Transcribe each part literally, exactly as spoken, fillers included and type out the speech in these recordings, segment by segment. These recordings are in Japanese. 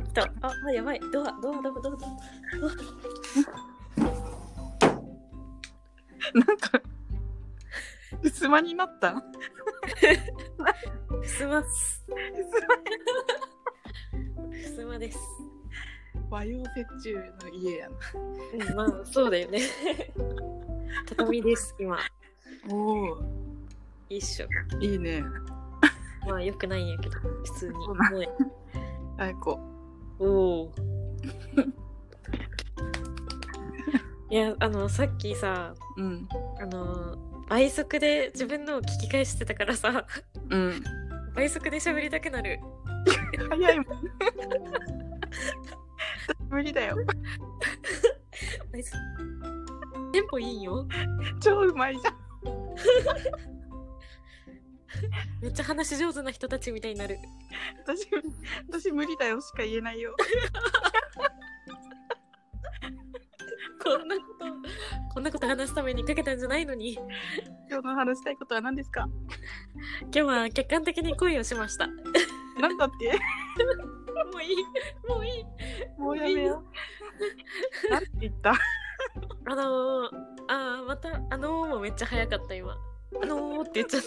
来た。あ、あやばい。ドア、ドア、ドア、ドア、ドア。 なんか、ふすまになったふすまっす。 ふふすまです。 和洋折衷の家やな。 うん、まあ、そうだよね。畳です、今。 おお、 いいっしょ。 いいね。 まあ、よくないんやけど、普通に。 そうなんもうあいこ。 おお。いや、あの、さっきさ、 うん。 あの、倍速で自分のを聞き返してたからさ、 うん。 倍速で喋りたくなる。 早いもん。無理だよ。 倍速テンポいいよ。 超うまいじゃん。 めっちゃ話上手な人たちみたいになる。 私、私無理だよしか言えないよ。 こんなこと、こんなこと話すためにかけたんじゃないのに。 今日の話したいことは何ですか？ 今日は客観的に恋をしました。 なんだってもういい、もういい。 もうやめよう。なんて言った？ あのー、あー、また、あのーもめっちゃ早かった今。あのーって言っちゃった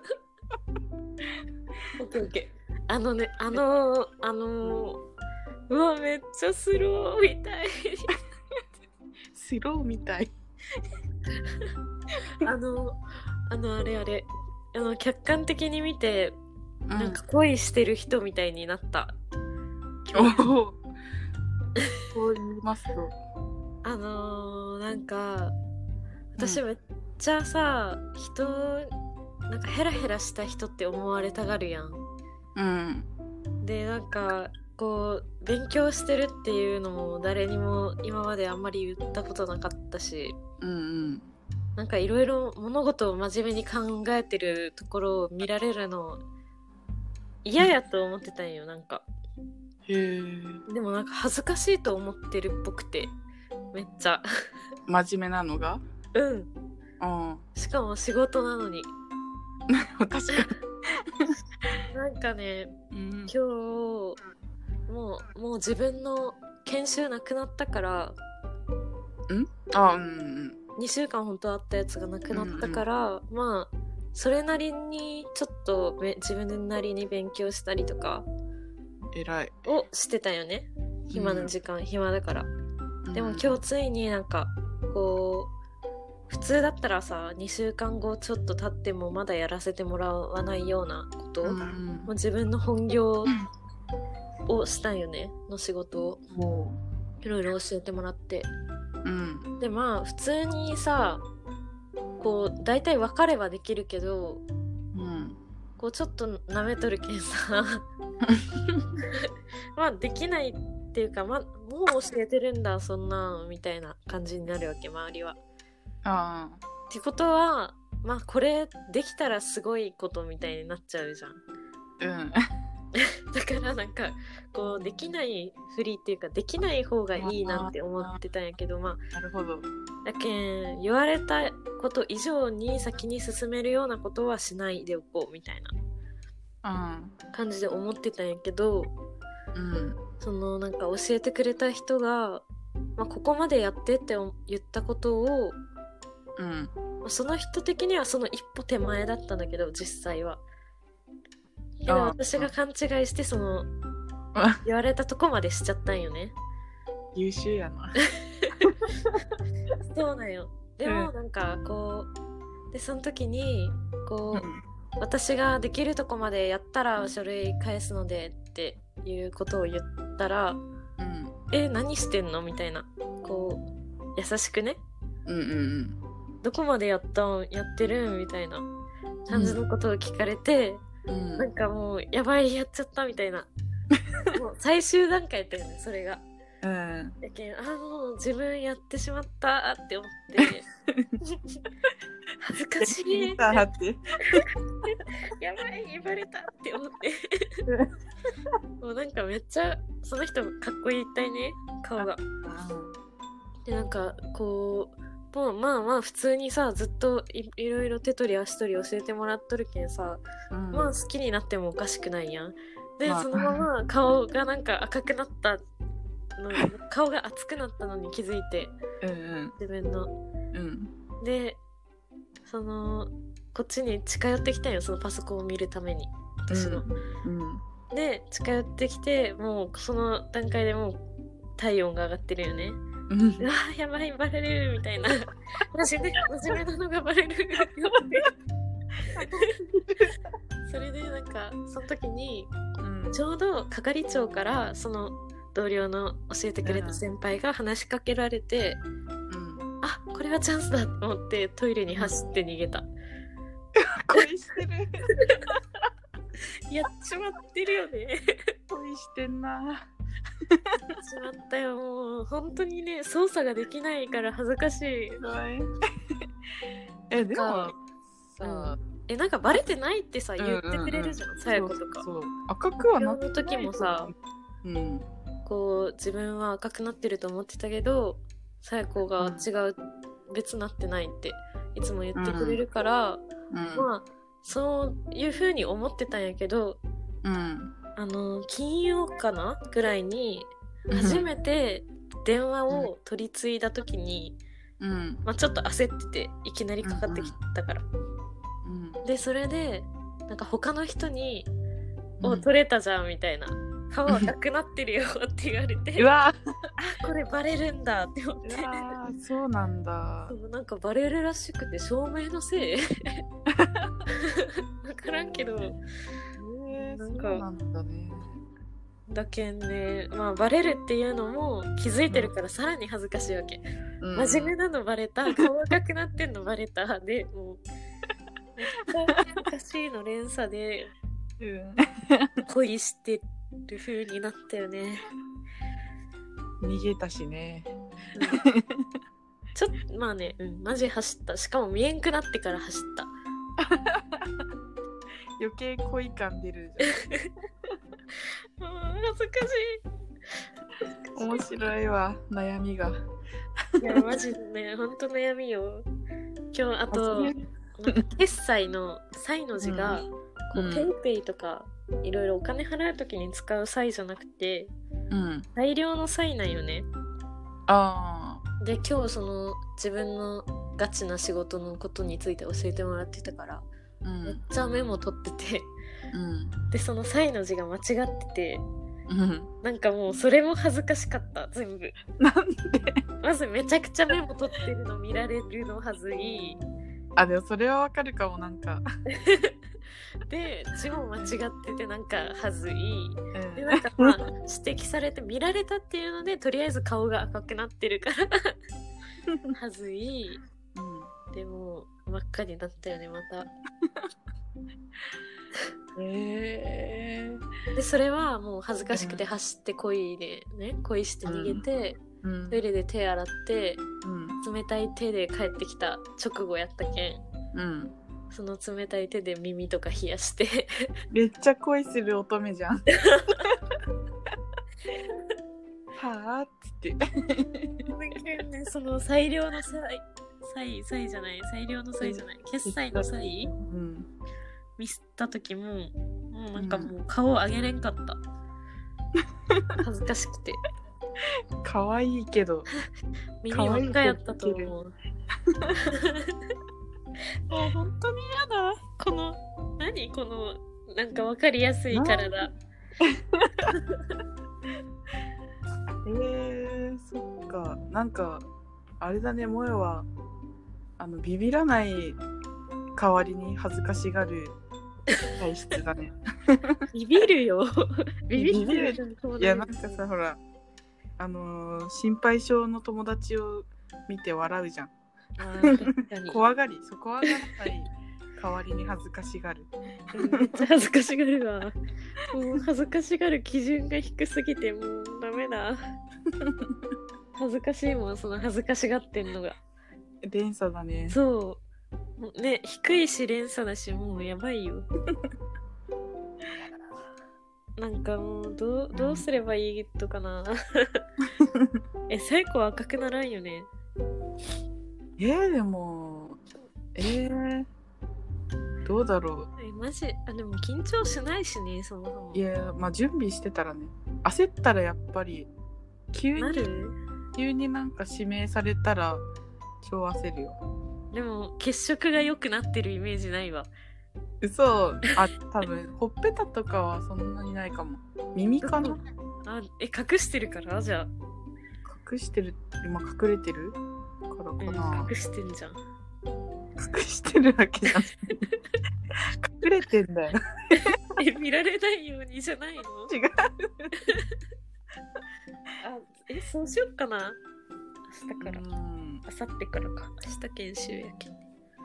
。オッケーオッケー。あのね、あのー、あのー、うわ、めっちゃスローみたい。 スローみたい。 あの、あの、あれあれ。あの、客観的に見て、 うん、 なんか恋してる人みたいになった。 おお。そう言いますと。 あのー、なんか、私めっちゃさ、人、なんかヘラヘラした人って思われたがるやん。 うん。 で、なんか、こう、勉強してるっていうのも誰にも今まであんまり言ったことなかったし、 うんうん。 なんかいろいろ物事を真面目に考えてるところを見られるの嫌やと思ってたんよ、なんか。 へえ。 でもなんか恥ずかしいと思ってるっぽくて、めっちゃ。 真面目なのが？ うん。 うん。 しかも仕事なのに。 確かに。 なんかね、 うん、 今日、もう、もう自分の研修なくなったから、 んあ、うんうん。 にしゅうかん本当あったやつがなくなったから、うんうん、まあ、それなりにちょっと自分なりに勉強したりとか、 偉い。 をしてたよね。暇な時間、うん、暇だから。でも今日ついになんか、こう、普通だったらさ、にしゅうかんごちょっと経ってもまだやらせてもらわないようなこと、うん、もう自分の本業をしたんよね、の仕事を。いろいろ教えてもらって。うん、で、まあ、普通にさ、こう、大体分かればできるけど、うん、こう、ちょっと舐めとるけんさ、まあ、できないっていうか、まあ、もう教えてるんだ、そんな、みたいな感じになるわけ、周りは。ああ。ってことは、まあこれできたらすごいことみたいになっちゃうじゃん。うん。だからなんかこうできないふりっていうかできない方がいいなって思ってたんやけど、まあ。 なるほど。 だけん言われたこと以上に先に進めるようなことはしないでおこうみたいな感じで思ってたんやけど、うん。そのなんか教えてくれた人が、まあ、ここまでやってって言ったことをうん、その人的にはその一歩手前だったんだけど実際は。けど私が勘違いしてその言われたとこまでしちゃったんよね。 優秀やな。 そうなんよ。でもなんかこうでその時にこう、うん、私ができるとこまでやったら書類返すのでっていうことを言ったら、うん、え何してんのみたいなこう優しくね。うんうんうん。どこまでやったんやってるんみたいな感じのことを聞かれて、うん、なんかもうやばいやっちゃったみたいなもう最終段階やったよねそれが、うん、やけんあもう自分やってしまったって思って恥ずかしいってやばい言われたって思ってもうなんかめっちゃその人かっこいいったいね顔がでなんかこうもうまあまあ普通にさずっと い, いろいろ手取り足取り教えてもらっとるけんさ、うん、まあ好きになってもおかしくないやん。 で、 まあそのまま顔がなんか赤くなったの顔が熱くなったのに気づいて、 うんうん自分のうんでそのこっちに近寄ってきたんよ、そのパソコンを見るために、私の、 うんで近寄ってきて、もうその段階でもう体温が上がってるよね。 うんうわやばいバレるみたいな真面目真面目なのがバレるそれでなんかその時にうんちょうど係長からその同僚の教えてくれた先輩が話しかけられて、 うんあこれはチャンスだと思ってトイレに走って逃げた。 恋してるやっちまってるよね恋してんな。 やっちまったよ、もう本当にね操作ができないから恥ずかしい。 えでもかさ、 えなんかバレてないってさうん言ってくれるじゃん、さや子とか。 そうそう赤くはなってないの時もさ、 うんこう自分は赤くなってると思ってたけど、さや子が違う、別なってないっていつも言ってくれるから、 うんまあそういう風に思ってたんやけど、 うんあの金曜かなぐらいに初めて電話を取り継いだ時に、 うんまあ、ちょっと焦ってていきなりかかってきたから、 うんでそれでなんか他の人に「おうん取れたじゃん」みたいな「顔赤くなってるよ」って言われてうわあこれバレるんだって思って、 うわそうなんだ。 そうなんかバレるらしくて、照明のせい分からんけど、 えー、 なんかそうなんだね。 だけんね、まあバレるっていうのも気づいてるからさらに恥ずかしいわけ、 うん真面目なのバレた、顔赤くなってんのバレたで、もうめっちゃ恥ずかしいの連鎖でうん恋してる風になったよね、 逃げたしね。 うんちょっとまあね、うん、マジ走った。しかも見えんくなってから走った余計恋感出るじうん恥ずかゃん。面白いわ悩みが。 しいいやマジでね、ほんと悩みよ。今日あとなんか決済の際の字が、 うんこうペイペイとかいろいろお金払うときに使う際じゃなくてうん大量の際なんよね。 あで今日その自分のガチな仕事のことについて教えてもらってたから、 あうめっんちゃメモ取ってて、 うんでその際の字が間違ってて、 うんなんかもうそれも恥ずかしかった、全部。 なんでまずめちゃくちゃメモ取ってるの見られるのはずい。 あでもそれはわかるかもなんか。 で字も間違っててなんかはずい。 うんでなんかまあ指摘されて見られたっていうのでとりあえず顔が赤くなってるからはずい。 うんでも真っ赤になったよねまた。 えーでそれはもう恥ずかしくて走って恋でね恋して逃げて、 うんトイレで手洗ってうん冷たい手で帰ってきた直後やったけん、 うんその冷たい手で耳とか冷やしてめっちゃ恋する乙女じゃん。はあっつって。 なんかねその最良の際際際じゃない最良の際じゃない決済の際うんミスった時ももうなんかもう顔上げれんかった恥ずかしくて可愛いけど。 耳真っ赤やったと思うもう本当に嫌だこの何このなんか分かりやすい体。 えー、そっか。なんかあれだね、萌えはあのビビらない代わりに恥ずかしがる体質だね。 ビビるよビビってるいやなんかさほらあのー、心配性の友達を見て笑うじゃん。怖がりそう怖がらない代わりに恥ずかしがる。 めっちゃ恥ずかしがるわ。もう恥ずかしがる基準が低すぎてもうダメだ。恥ずかしいもんその恥ずかしがってんのが。 連鎖だね。 そうもうね低いし連鎖だしもうやばいよ。なんかもうどうどうすればいいとかな。え最後は赤くならんよね。 えー、でもえー、どうだろう。 えマジあでも緊張しないしねそもそも。 いやまあ準備してたらね、焦ったらやっぱり急になる急になんか指名されたら超焦るよ。 でも血色が良くなってるイメージないわ。 嘘。あ多分ほっぺたとかはそんなにないかも。耳かな。 あえ隠してるからじゃあ、 隠してる今隠れてるからかな、 うん、隠してんじゃん。 隠してるわけじゃない隠れてんだよえ見られないようにじゃないの？ 違うあえそうしよっかな明日からうん明後日からか。明日研修やけん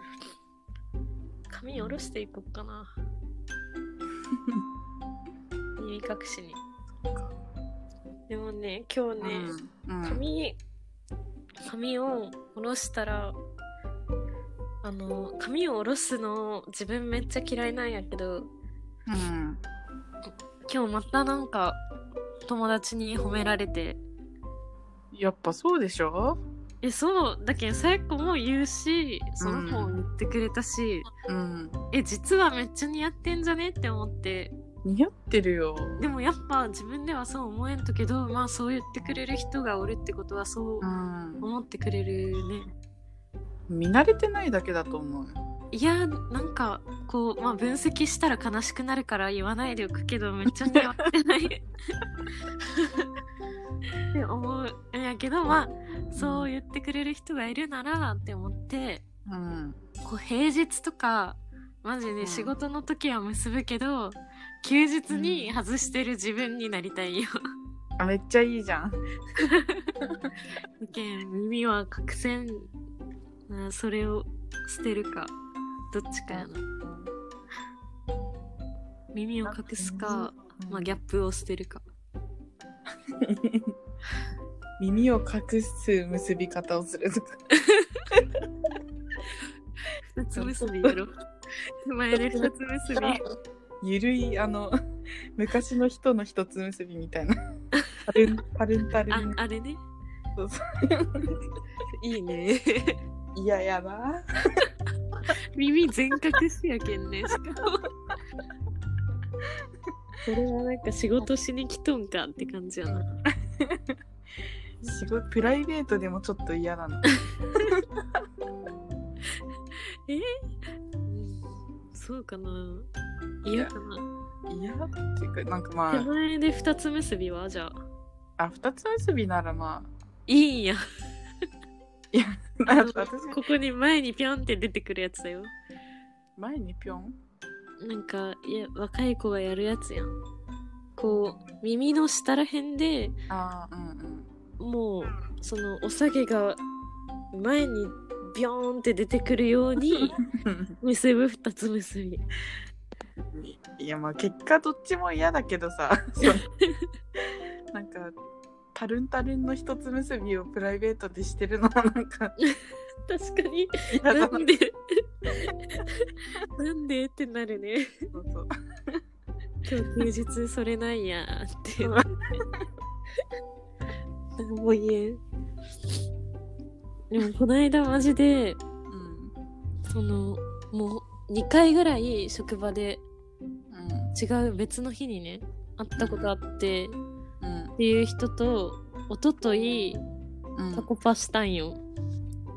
髪下ろしていこっかな耳隠しに。でもね今日ね、 うんうん、 髪髪を下ろしたらあの髪を下ろすの自分めっちゃ嫌いなんやけど、 うん、 今日またなんか友達に褒められて。 やっぱそうでしょ。 えそうだけどさやこも言うしその子も言ってくれたし、 うん、 え実はめっちゃ似合ってんじゃねって思って。 似合ってるよ。 でもやっぱ自分ではそう思えんとけど、まあそう言ってくれる人がおるってことはそう思ってくれるね、 うん、見慣れてないだけだと思う。 いやなんかこうまあ分析したら悲しくなるから言わないでおくけどめっちゃ似合ってないって思うんやけど、まあそう言ってくれる人がいるならって思って、 うん、 こう平日とかマジで、ね、仕事の時は結ぶけど、うん、休日に外してる自分になりたいよあめっちゃいいじゃんけん耳は隠せん、それを捨てるかどっちかやな。耳を隠すか、まあ、ギャップを捨てるか耳を隠す結び方をするとか二つ結びやろ前で二つ結びゆるいあの昔の人の一つ結びみたいなタルンタルンタルンあ, あれねそうそういいね嫌やな耳全隠しやけんねしかもそれはなんか仕事しに来とんかって感じやな仕事プライベートでもちょっと嫌だなえー、そうかな嫌かな嫌っていうかなんかまあ手前で二つ結びはじゃああ二つ結びならまあいいんやいや私ここに前にピョンって出てくるやつだよ。 前にピョンなんかいや若い子がやるやつやん。こう耳の下らへんであ、うんうん、もうそのお下げが前にビョーンって出てくるように結ぶ二つ結びいやまあ結果どっちも嫌だけどさなんかタルンタルンの一つ結びをプライベートでしてるのはなんか確かになんでなんでってなるね。 そうそう今日休日それないやって何も言えん。でもこの間マジで、うん、そのもうにかいぐらい職場で、うん、違う別の日にね会ったことあって、うん、っていう人と一昨日タコパしたんよ、うん、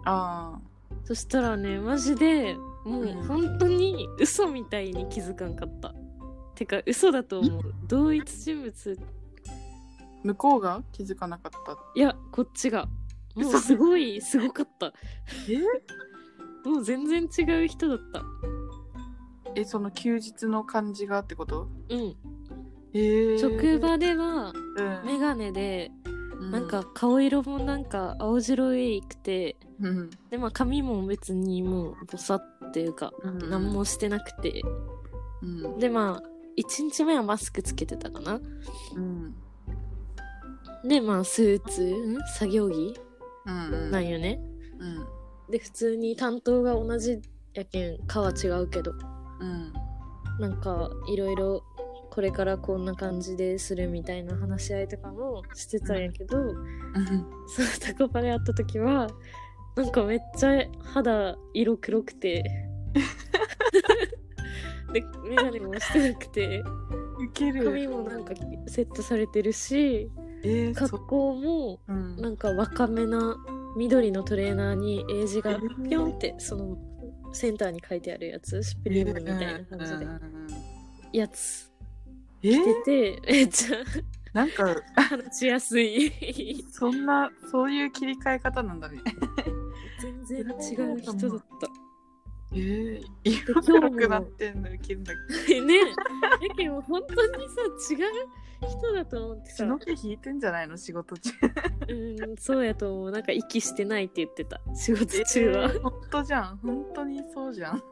あそしたらねマジでもう本当に嘘みたいに気づかんかった、うん、てか嘘だと思う同一人物。 向こうが気づかなかった。 いやこっちがもうすごいすごかったえもう全然違う人だった。 えその休日の感じがってこと？ うんえー、 職場ではメガネで、うん、なんか顔色もなんか青白いくて、うん、でまあ髪も別にもうボサっていうか、うん、何もしてなくて、うん、でまあいちにちめはマスクつけてたかな、うん、でまあスーツ、ん作業着、うんうん、なんよね、うん、で普通に担当が同じやけん科は違うけど、うん、なんかいろいろこれからこんな感じでするみたいな話し合いとかもしてたんやけど、うん、そのタコパで会った時はなんかめっちゃ肌色黒くてでメガネもしてなくて、 ウケる。 髪もなんかセットされてるし、 えー、 格好もそうんなんか若めな緑のトレーナーに英字がえーピョンってそのセンターに書いてあるやつ、シュプリームみたいな感じでうんうんうんやつえ着ー、 てて、めっちゃなんか話しやすい。 そんなそういう切り替え方なんだね。 全然違う人だった。 えー、色今日も黒くなってんのウケるんだけど。 ねえ、だけど本当にさ違う人だと思ってさ、 血の気引いてんじゃないの仕事中。 うんそうやと思う。なんか息してないって言ってた、仕事中は。 えー、本当じゃん。本当にそうじゃん。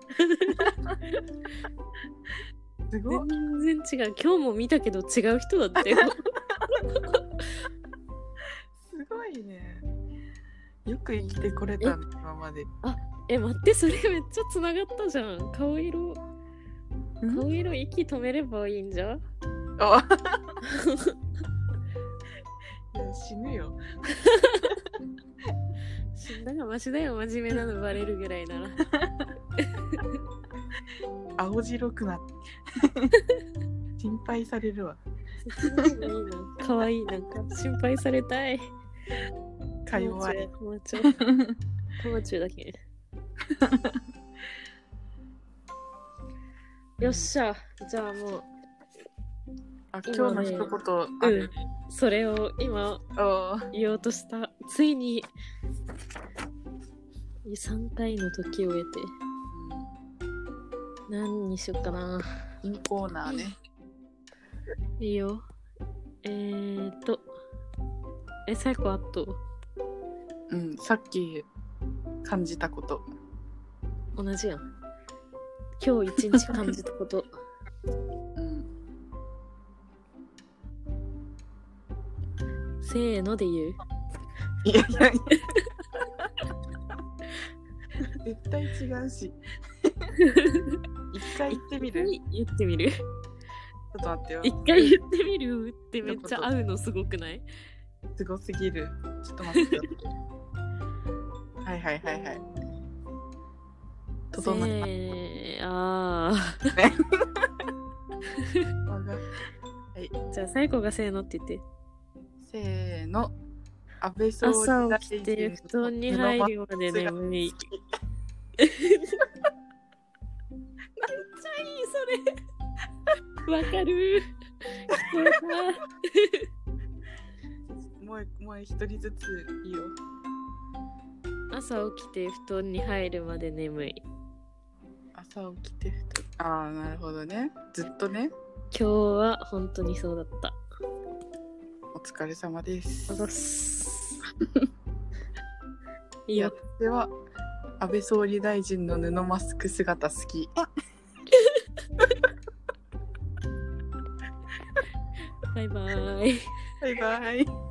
すごい。 全然違う。今日も見たけど違う人だったよ。 すごいね。よく生きてこれたね今まで。 え待って、それめっちゃつながったじゃん。顔色顔色息止めればいいんじゃん。 あいや死ぬよ。 死んだがマシだよ、真面目なのバレるぐらいなら。 青白くなって心配されるわ。 そっちの方がいいな。可愛い、なんか心配されたい。 か弱い。 もうちょい。もうちょいだけ。よっしゃ、じゃあもうあ、今日の一言ある。 それを今あ言おうとした。ついにさんかいの時を経て、何にしよっかな。 インコーナーね。 いいよ。えーっとえ最後あとうんさっき感じたこと。 同じやん。今日一日感じたこと。 うん。 せーので言う。 いやいやいや。絶対違うし。一回言ってみる？ 言ってみる？ ちょっと待ってよ。 一回言ってみるってめっちゃ合うのすごくない？ すごすぎる。ちょっと待ってよ。はいはいはいはい。整ええー、あー。 はい。 じゃあ最後がせーのって言って。 せーの。安倍総理朝起きて布団に入るまで眠い。めっちゃいいそれ。わかる。聞こえた。もうもう一人ずついいよ。 朝起きて布団に入るまで眠い。 朝起きて布団。ああなるほどね。ずっとね。 今日は本当にそうだった。 お疲れ様です。 あざっす。いいよ。 では安倍総理大臣の布マスク姿好き。 バイバイ。 バイバイ。